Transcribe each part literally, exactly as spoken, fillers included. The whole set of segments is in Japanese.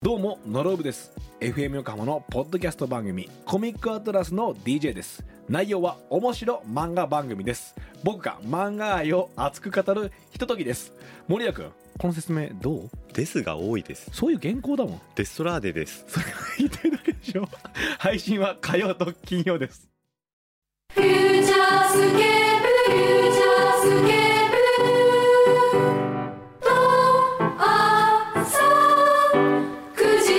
どうもノロブです。 エフエム 横浜のポッドキャスト番組コミックアトラスの ディージェー です。内容は面白漫画番組です。僕が漫画愛を熱く語るひとときです。森谷君、この説明どう？ ですが多いです。 そういう原稿だもん。 デストラーデです。 それが言いたいだけでしょ。配信は火曜と金曜です。 フューチャースケープ、フューチャースケープと朝くじ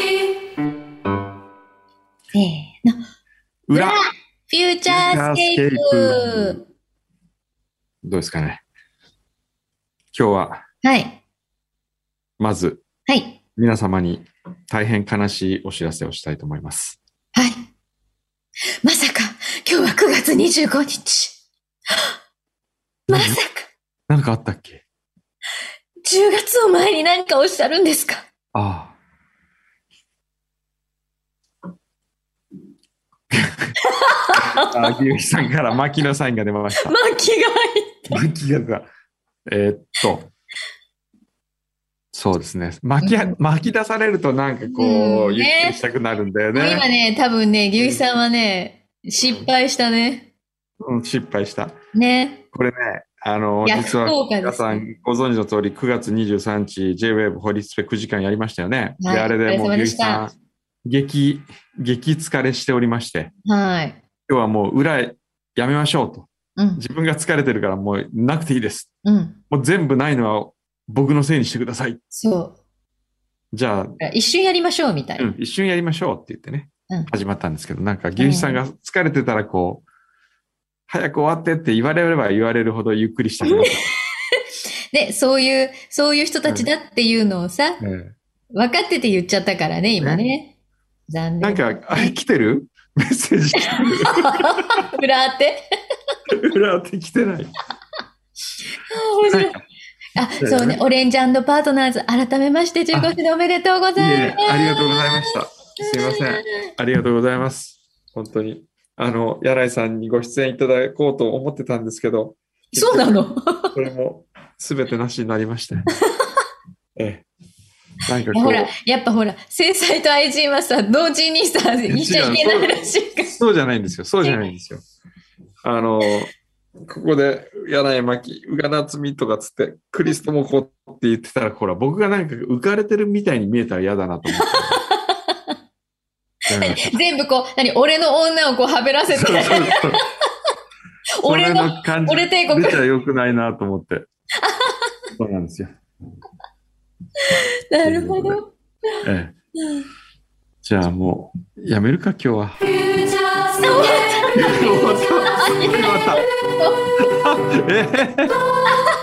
せーの裏フューチャースケープ。 どうですかね。今日ははいまずはい皆様に大変悲しいお知らせをしたいと思います。 はい。まさか今日はくがつにじゅうごにち。まさか何かあったっけ？ じゅうがつを前に何かおっしゃるんですか？ ああ。あ、牛肥さんから牧野サインが出ました。 巻きが入って牧が出た。えーっと。そうですね。巻き、巻き出されるとなんかこう、 うんねゆっくりしたくなるんだよね。 今ね、多分ね、牛肥さんはね、失敗したね。 うん、失敗した。 ね。 これね、あの、 逆実は効果ですね皆さんご存知の通り、くがつにじゅうさんにち ジェイウェーブ ホリスペくじかんやりましたよね。 はいで、あれでもうお疲れ様で牛したさん、激、激疲れしておりまして、 はい。 今日はもう裏へやめましょうと。 うん。 自分が疲れてるからもうなくていいです。 うん。 もう全部ないのは僕のせいにしてください。 そじゃあ、 う。一瞬やりましょう、みたいな。 うん、一瞬やりましょうって言ってね、 うん始まったんですけど、なんか牛肥さんが疲れてたらこう、早く終わってって言われれば言われるほどゆっくりしたくなった。 で、そういう、そういう人たちだっていうのをさ、 え分かってて言っちゃったからね、今ね。残えなん念。 か、あれ来てるメッセージ来て裏って。 る裏って来てない。 面白い。あ、そうね、オレンジ&パートナーズ、改めましてじゅうごしでおめでとうごいえざいます。 ありがとうございました。すいません。ありがとうございます。本当に。あの、柳井さんにご出演いただこうと思ってたんですけど、 そうなの。 それも全てなしになりまして。ええ。なんかこう。 ほら、やっぱほら、制裁と愛人はさ、同時にさ、一緒にいけないらしいから。 そうじゃないんですよ。そうじゃないんですよ。あの、ここで柳井真紀、宇賀夏美とかつって、クリストもこうって言ってたら、ほら、僕がなんか浮かれてるみたいに見えたら嫌だなと思って。 全部こう、何、俺の女をこうはべらせて。 そうそうそう俺のそれの感じ俺帝国出ちゃ良くないなと思って。そうなんですよ。 なるほど。 ええ。じゃあもう、やめるか、今日は。 フューチャースケープ。 終わった。終わった。ええ。